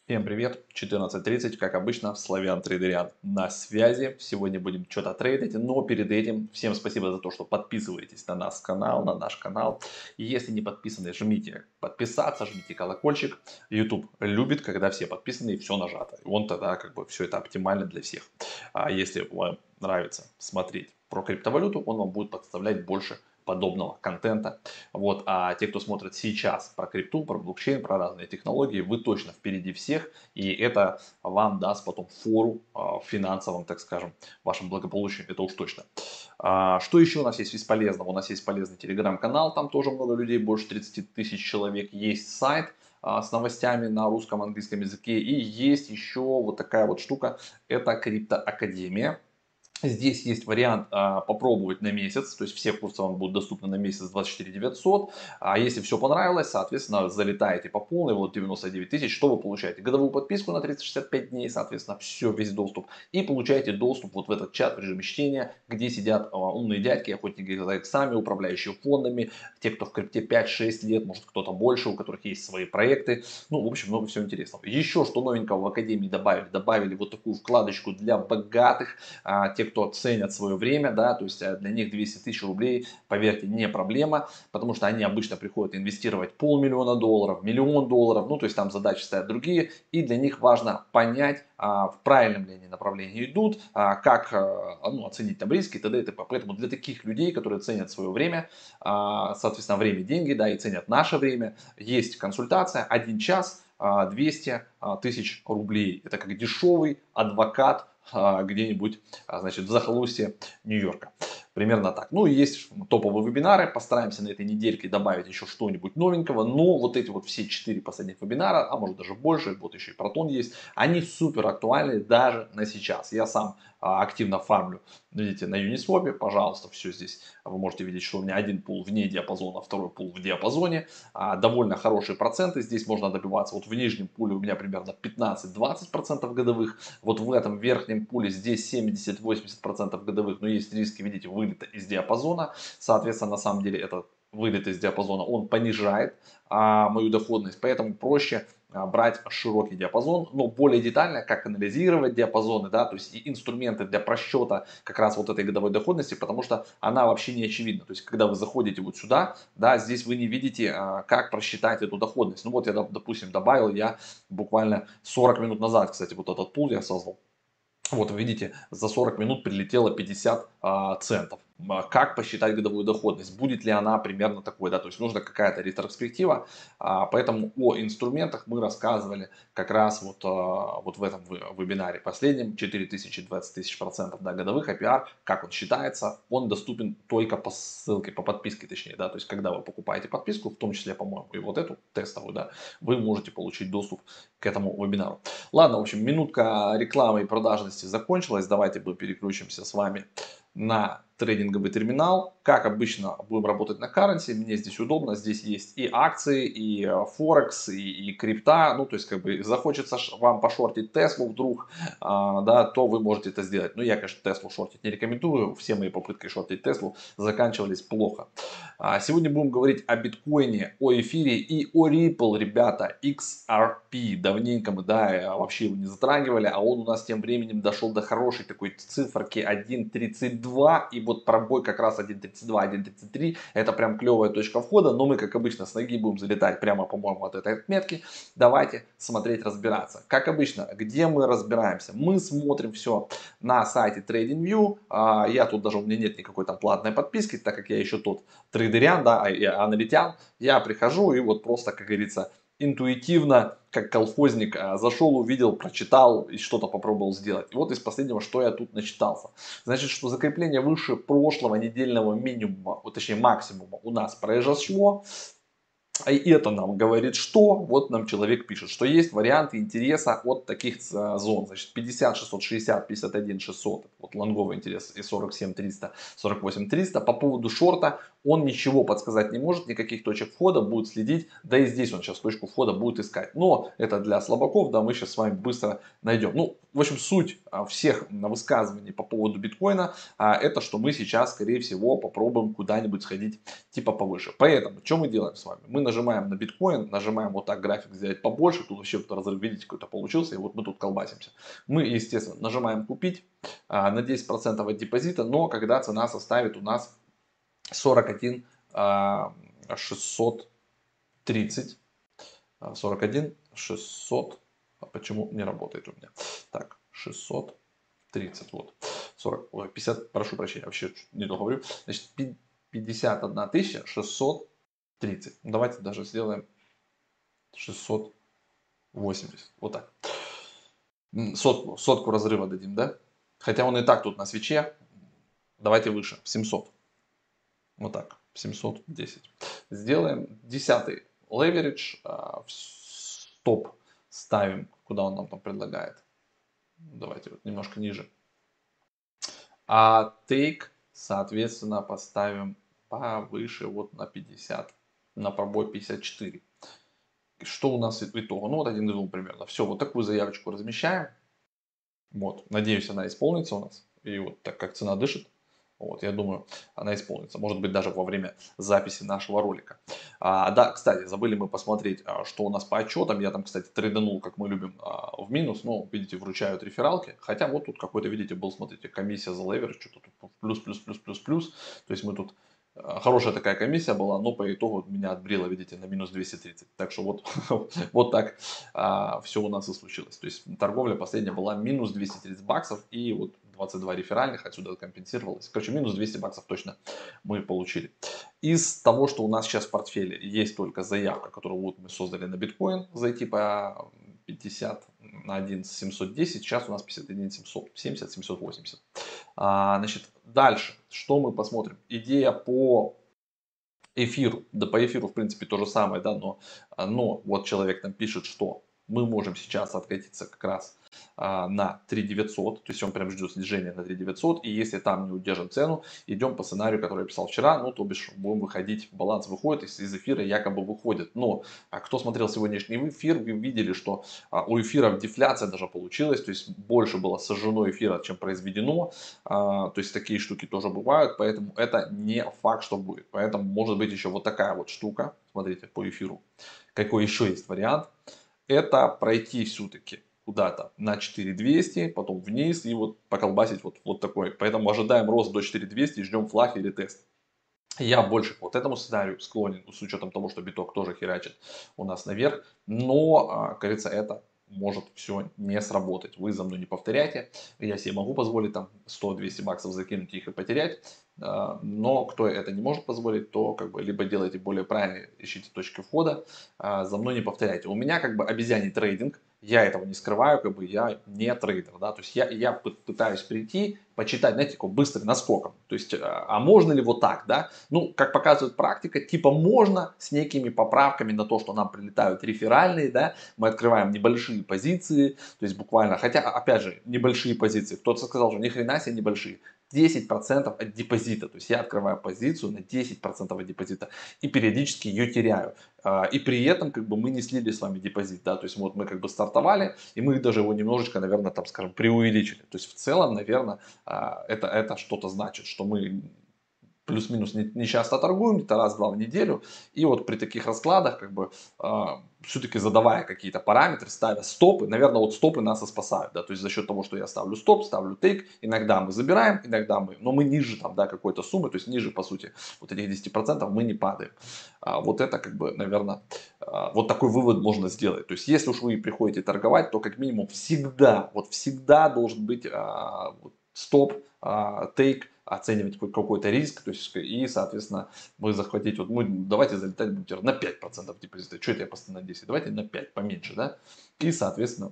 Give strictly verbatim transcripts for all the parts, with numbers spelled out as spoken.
Всем привет, четырнадцать тридцать, как обычно, Славян Трейдериан на связи. Сегодня будем что-то трейдить, но перед этим всем спасибо за то, что подписываетесь на наш канал, на наш канал. И если не подписаны, жмите подписаться, жмите колокольчик. YouTube любит, когда все подписаны и все нажато. И он тогда как бы все это оптимально для всех. А если вам нравится смотреть про криптовалюту, он вам будет подставлять больше подобного контента. Вот. А те, кто смотрит сейчас про крипту, про блокчейн, про разные технологии, вы точно впереди всех. И это вам даст потом фору в финансовом, так скажем, вашем благополучии. Это уж точно. А, что еще у нас есть из полезного? У нас есть полезный телеграм-канал, там тоже много людей, больше тридцати тысяч человек. Есть сайт а, с новостями на русском, английском языке. И есть еще вот такая вот штука, это Криптоакадемия. Здесь есть вариант а, попробовать на месяц, то есть все курсы вам будут доступны на месяц двадцать четыре девятьсот. А если все понравилось, соответственно, залетаете по полной, вот девяносто девять тысяч, что вы получаете? Годовую подписку на триста шестьдесят пять дней, соответственно, все, весь доступ. И получаете доступ вот в этот чат в режиме чтения, где сидят а, умные дядьки, охотники за иксами, управляющие фондами, те, кто в крипте пять-шесть лет, может кто-то больше, у которых есть свои проекты. Ну, в общем, много всего интересного. Еще что новенького в Академии добавили? Добавили вот такую вкладочку для богатых, а, те, кто ценят свое время, да, то есть для них двести тысяч рублей, поверьте, не проблема, потому что они обычно приходят инвестировать полмиллиона долларов, миллион долларов, ну, то есть там задачи стоят другие, и для них важно понять, а, в правильном ли они направлении идут, а, как а, ну, оценить там риски и т.д. и т.п. Поэтому для таких людей, которые ценят свое время, а, соответственно, время, деньги, да, и ценят наше время, есть консультация, один час, двести тысяч рублей. Это как дешевый адвокат где-нибудь, значит, в захолустье Нью-Йорка. Примерно так. Ну и есть топовые вебинары. Постараемся на этой недельке добавить еще что-нибудь новенького. Но вот эти вот все четыре последних вебинара, а может даже больше, вот еще и Протон есть, они супер актуальны даже на сейчас. Я сам а, активно фармлю, видите, на Uniswap, пожалуйста, все здесь. Вы можете видеть, что у меня один пул вне диапазона, второй пул в диапазоне. А, довольно хорошие проценты. Здесь можно добиваться. Вот в нижнем пуле у меня примерно пятнадцать-двадцать процентов годовых. Вот в этом верхнем пуле здесь семьдесят-восемьдесят процентов годовых. Но есть риски, видите, вылета из диапазона. Соответственно, на самом деле этот вылет из диапазона, он понижает а, мою доходность. Поэтому проще а, брать широкий диапазон, но более детально, как анализировать диапазоны, да, то есть и инструменты для просчета как раз вот этой годовой доходности, потому что она вообще не очевидна. То есть, когда вы заходите вот сюда, да, здесь вы не видите, а, как просчитать эту доходность. Ну вот я, допустим, добавил, я буквально сорок минут назад, кстати, вот этот пул я создал. Вот вы видите, за сорок минут прилетело пятьдесят а, центов. А, Как посчитать годовую доходность? Будет ли она примерно такой? Да? То есть нужна какая-то ретроспектива. А, поэтому о инструментах мы рассказывали как раз вот, а, вот в этом вебинаре последнем. четыре тысячи, двадцать тысяч процентов, да, годовых эй пи ар. Как он считается? Он доступен только по ссылке, по подписке точнее. Да? То есть когда вы покупаете подписку, в том числе, по-моему, и вот эту тестовую, да, вы можете получить доступ к этому вебинару. Ладно, в общем, минутка рекламы и продажности закончилась. Давайте мы переключимся с вами на трейдинговый терминал. Как обычно, будем работать на currency. Мне здесь удобно. Здесь есть и акции, и форекс, и, и крипта. Ну, то есть, как бы захочется вам пошортить Теслу вдруг, а, да, то вы можете это сделать. Но я, конечно, Теслу шортить не рекомендую. Все мои попытки шортить Теслу заканчивались плохо. А сегодня будем говорить о биткоине, о эфире и о Ripple, ребята, икс ар пи. Давненько мы, да, вообще его не затрагивали, а он у нас тем временем дошел до хорошей такой циферки один тридцать два. И вот пробой как раз один тридцать два, один тридцать три. Это прям клевая точка входа. Но мы, как обычно, с ноги будем залетать прямо, по-моему, от этой отметки. Давайте смотреть, разбираться. Как обычно, где мы разбираемся? Мы смотрим все на сайте TradingView. Я тут даже, у меня нет никакой там платной подписки, так как я еще тот трейдериан, да, а аналитян. Я прихожу и вот просто, как говорится, интуитивно, как колхозник, зашел, увидел, прочитал и что-то попробовал сделать. И вот из последнего, что я тут начитался. Значит, что закрепление выше прошлого недельного минимума, вот, точнее максимума у нас произошло. И это нам говорит, что вот нам человек пишет, что есть варианты интереса от таких зон. Значит, пятьдесят шестьсот шестьдесят, пятьдесят один шестьсот, вот лонговый интерес, и сорок семь триста, сорок восемь триста. По поводу шорта он ничего подсказать не может, никаких точек входа, будет следить, да и здесь он сейчас точку входа будет искать. Но это для слабаков, да, мы сейчас с вами быстро найдем. Ну, в общем, суть всех высказываний по поводу биткоина, это что мы сейчас, скорее всего, попробуем куда-нибудь сходить типа повыше. Поэтому, что мы делаем с вами? Мы нажимаем на биткоин, нажимаем вот так график сделать побольше, тут вообще вот разрыв, видите, какой-то получился, и вот мы тут колбасимся. Мы, естественно, нажимаем купить а, на десять процентов от депозита, но когда цена составит у нас сорок один шестьсот тридцать, сорок один шестьсот, а почему не работает у меня? Так, шестьсот тридцать, вот, сорок, ой, пятьдесят, прошу прощения, вообще не то говорю, значит, пятьдесят одна тысяча шестьсот тридцать, давайте даже сделаем шестьсот восемьдесят, вот так, сотку, сотку разрыва дадим, да, хотя он и так тут на свече, давайте выше, семьсот, вот так, семьсот десять, сделаем десятый леверидж, стоп ставим, куда он нам там предлагает, давайте вот немножко ниже. А take, соответственно, поставим повыше, вот на пятьдесят, на пробой пятьдесят четыре. Что у нас итого? Ну, вот один из двух примерно. Все, вот такую заявочку размещаем. Вот, надеюсь, она исполнится у нас. И вот так как цена дышит, вот, я думаю, она исполнится. Может быть, даже во время записи нашего ролика. А, да, кстати, забыли мы посмотреть, что у нас по отчетам. Я там, кстати, трейданул, как мы любим, в минус. Но, видите, вручают рефералки. Хотя вот тут какой-то, видите, был, смотрите, комиссия за леверидж. Что-то тут плюс, плюс, плюс, плюс, плюс. То есть мы тут... Хорошая такая комиссия была, но по итогу меня отбрило, видите, на минус двести тридцать. Так что вот, вот так а, все у нас и случилось. То есть торговля последняя была минус двести тридцать баксов, и вот двадцать два реферальных отсюда компенсировалось. Короче, минус двести баксов точно мы получили. Из того, что у нас сейчас в портфеле есть только заявка, которую вот мы создали на биткоин, зайти по пятьдесят один семьсот десять, сейчас у нас пятьдесят один семьсот семьдесят семьсот восемьдесят. А, значит, дальше, что мы посмотрим? Идея по эфиру. Да, по эфиру, в принципе, то же самое, да, но, но вот человек нам пишет, что мы можем сейчас откатиться как раз а, на три девятьсот, то есть он прям ждет снижения на три девятьсот, и если там не удержим цену, идем по сценарию, который я писал вчера, ну, то бишь будем выходить, баланс выходит, из, из эфира якобы выходит. Но а кто смотрел сегодняшний эфир, вы видели, что а, у эфира дефляция даже получилась, то есть больше было сожжено эфира, чем произведено, а, то есть такие штуки тоже бывают, поэтому это не факт, что будет. Поэтому может быть еще вот такая вот штука, смотрите, по эфиру. Какой еще есть вариант? Это пройти все-таки куда-то на четыре двести, потом вниз и вот поколбасить вот, вот такой. Поэтому ожидаем рост до четыре двести и ждем флаг или тест. Я больше к вот этому сценарию склонен, с учетом того, что биток тоже херачит у нас наверх. Но, как говорится, это может все не сработать. Вы за мной не повторяйте. Я себе могу позволить там сто-двести баксов закинуть их и потерять. Но кто это не может позволить, то как бы либо делайте более правильно, ищите точки входа. За мной не повторяйте. У меня как бы обезьяний трейдинг. Я этого не скрываю, как бы я не трейдер, да, то есть я, я пытаюсь прийти, почитать, знаете, такой быстрый наскоком, то есть, а можно ли вот так, да, ну, как показывает практика, типа можно с некими поправками на то, что нам прилетают реферальные, да, мы открываем небольшие позиции, то есть буквально, хотя, опять же, небольшие позиции, кто-то сказал, что ни хрена себе небольшие, десять процентов от депозита, то есть я открываю позицию на десять процентов от депозита и периодически ее теряю. И при этом как бы мы не слили с вами депозит, да, то есть вот мы как бы стартовали, и мы даже его немножечко, наверное, там, скажем, преувеличили. То есть в целом, наверное, это, это что-то значит, что мы плюс-минус не, не часто торгуем, где-то раз-два в неделю. И вот при таких раскладах, как бы, э, все-таки задавая какие-то параметры, ставя стопы, наверное, вот стопы нас и спасают, да, то есть за счет того, что я ставлю стоп, ставлю тейк, иногда мы забираем, иногда мы, но мы ниже там, да, какой-то суммы, то есть ниже, по сути, вот этих десяти процентов мы не падаем. А вот это, как бы, наверное, а, вот такой вывод можно сделать. То есть, если уж вы приходите торговать, то как минимум всегда, вот всегда должен быть а, вот, стоп, а, тейк, оценивать какой-то риск, то есть, и, соответственно, вы захватите, вот мы, давайте залетать будем на пять процентов депозита, что это я постоянно на десять, давайте на пять, поменьше, да, и, соответственно,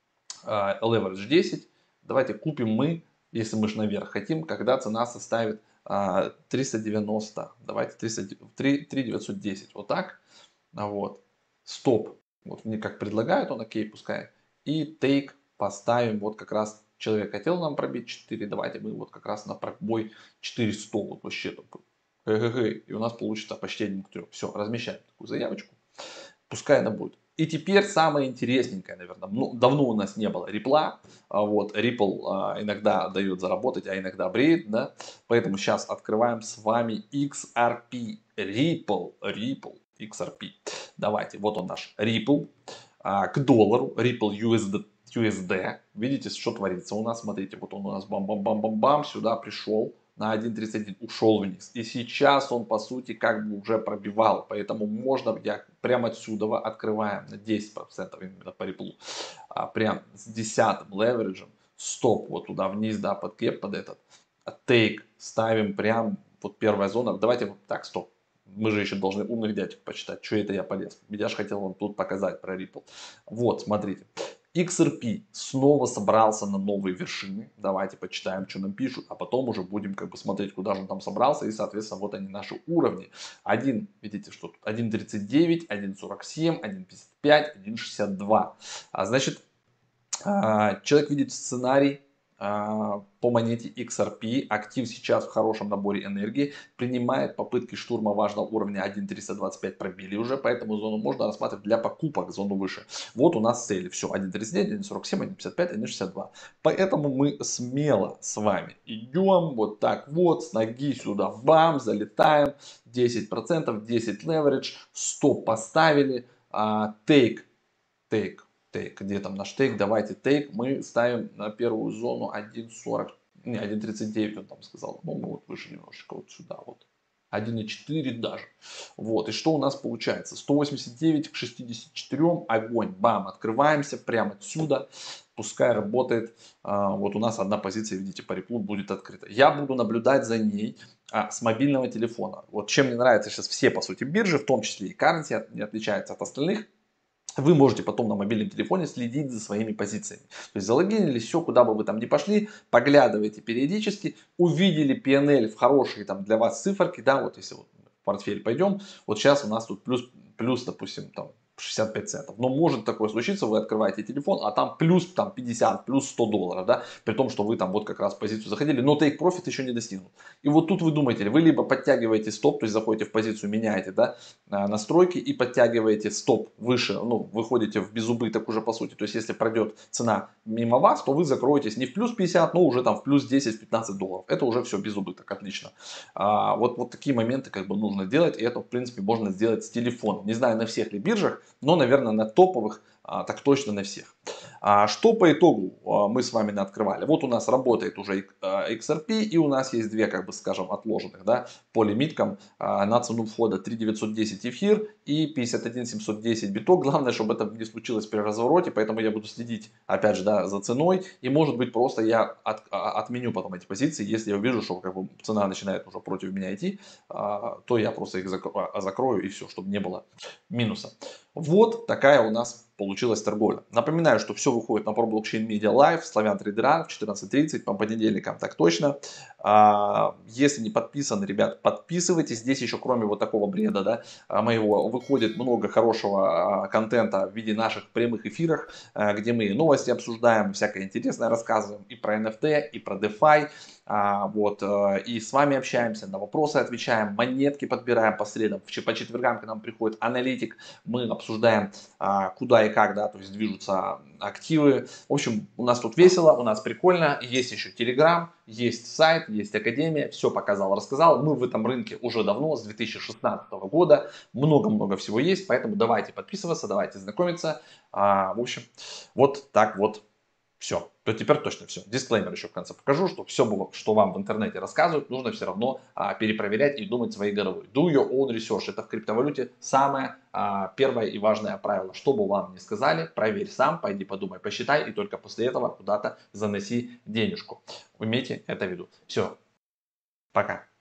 leverage десять, давайте купим мы, если мы же наверх хотим, когда цена составит триста девяносто, давайте триста, три тысячи девятьсот десять, вот так, вот, стоп, вот мне как предлагают, он окей, пускай, и тейк поставим вот как раз. Человек хотел нам пробить четыре, давайте мы вот как раз на пробой четыреста, вот вообще такой. И у нас получится почти один к трем. Все, размещаем такую заявочку. Пускай она будет. И теперь самое интересненькое, наверное. Ну, давно у нас не было рипла. Вот, Ripple а, иногда дает заработать, а иногда бреет. Да? Поэтому сейчас открываем с вами икс ар пи. Ripple, Ripple, икс ар пи. Давайте, вот он наш Ripple. А, к доллару, Ripple ю эс ди, ю эс ди. Видите, что творится у нас? Смотрите, вот он у нас бам-бам-бам-бам-бам, сюда пришел на один тридцать один, ушел вниз. И сейчас он, по сути, как бы уже пробивал. Поэтому можно, я прямо отсюда открываем на десять процентов именно по Ripple. А, прям с десятым левериджем. Стоп вот туда вниз, да, под кеп, под этот. Тейк ставим прям, вот первая зона. Давайте вот так, стоп. Мы же еще должны умных дядек почитать. Что это я полез? Я же хотел вам тут показать про Ripple. Вот, смотрите. икс ар пи снова собрался на новые вершины. Давайте почитаем, что нам пишут. А потом уже будем как бы смотреть, куда же он там собрался. И, соответственно, вот они наши уровни. один, видите, что тут? один тридцать девять, один сорок семь, один пятьдесят пять, один шестьдесят два. А значит, человек видит сценарий по монете икс ар пи. Актив сейчас в хорошем наборе энергии. Принимает попытки штурма важного уровня один триста двадцать пять, пробили уже. Поэтому зону можно рассматривать для покупок, зону выше. Вот у нас цели. Все, один тридцать девять, один сорок семь, один пятьдесят пять, один шестьдесят два. Поэтому мы смело с вами идем вот так вот. С ноги сюда. Бам, залетаем. десять процентов, десять леверидж. Стоп поставили. Тейк. Тейк. Тейк, где там наш тейк? Давайте тейк мы ставим на первую зону один сорок, не, один тридцать девять он там сказал. Ну, мы вот выше немножечко вот сюда вот. один четыре даже. Вот, и что у нас получается? сто восемьдесят девять к шестидесяти четырем, огонь, бам, открываемся прямо отсюда. Пускай работает. А, вот у нас одна позиция, видите, по Ripple будет открыта. Я буду наблюдать за ней а, с мобильного телефона. Вот чем мне нравятся сейчас все, по сути, биржи, в том числе и Currency, не отличается от остальных. Вы можете потом на мобильном телефоне следить за своими позициями. То есть залогинились, все, куда бы вы там ни пошли, поглядываете периодически, увидели пи эн эль в хорошие там для вас циферки, да, вот если вот в портфель пойдем, вот сейчас у нас тут плюс, плюс допустим, там шестьдесят пять центов. Но может такое случиться, вы открываете телефон, а там плюс там, пятьдесят, плюс сто долларов, да, при том, что вы там вот как раз в позицию заходили, но take profit еще не достигнут. И вот тут вы думаете, вы либо подтягиваете стоп, то есть заходите в позицию, меняете, да, настройки и подтягиваете стоп выше, ну, выходите в безубыток уже по сути. То есть если пройдет цена мимо вас, то вы закроетесь не в плюс пятьдесят, но уже там в плюс десять-пятнадцать долларов. Это уже все безубыток, отлично. А, вот, вот такие моменты как бы нужно делать, и это в принципе можно сделать с телефона. Не знаю на всех ли биржах, но, наверное, на топовых, а, так точно на всех. А, что по итогу а, мы с вами открывали? Вот у нас работает уже икс ар пи, и у нас есть две, как бы скажем, отложенных, да, по лимиткам а, на цену входа три девятьсот десять эфир и пятьдесят один семьсот десять биток. Главное, чтобы это не случилось при развороте, поэтому я буду следить, опять же, да, за ценой, и может быть просто я от, отменю потом эти позиции, если я увижу, что как бы, цена начинает уже против меня идти, а, то я просто их закрою, закрою и все, чтобы не было минуса. Вот такая у нас получилась торговля. Напоминаю, что все выходит на ProBlockchain Media Live, Славян Трейдеран в четырнадцать тридцать по понедельникам, так точно. А, если не подписаны, ребят, подписывайтесь. Здесь еще кроме вот такого бреда, да, моего, выходит много хорошего контента в виде наших прямых эфиров, где мы новости обсуждаем, всякое интересное рассказываем и про эн эф ти, и про DeFi. А, вот, и с вами общаемся, на вопросы отвечаем, монетки подбираем по средам, по четвергам к нам приходит аналитик, мы обсуждаем, а, куда и как, да, то есть движутся активы. В общем, у нас тут весело, у нас прикольно, есть еще Telegram, есть сайт, есть Академия, все показал, рассказал. Мы в этом рынке уже давно, с две тысячи шестнадцатого года, много-много всего есть, поэтому давайте подписываться, давайте знакомиться. А, в общем, вот так вот. Все, то теперь точно все. Дисклеймер еще в конце покажу, что все, что вам в интернете рассказывают, нужно все равно а, перепроверять и думать своей головой. Do your own research. Это в криптовалюте самое а, первое и важное правило. Что бы вам ни сказали, проверь сам, пойди подумай, посчитай, и только после этого куда-то заноси денежку. Имейте это в виду. Все, пока.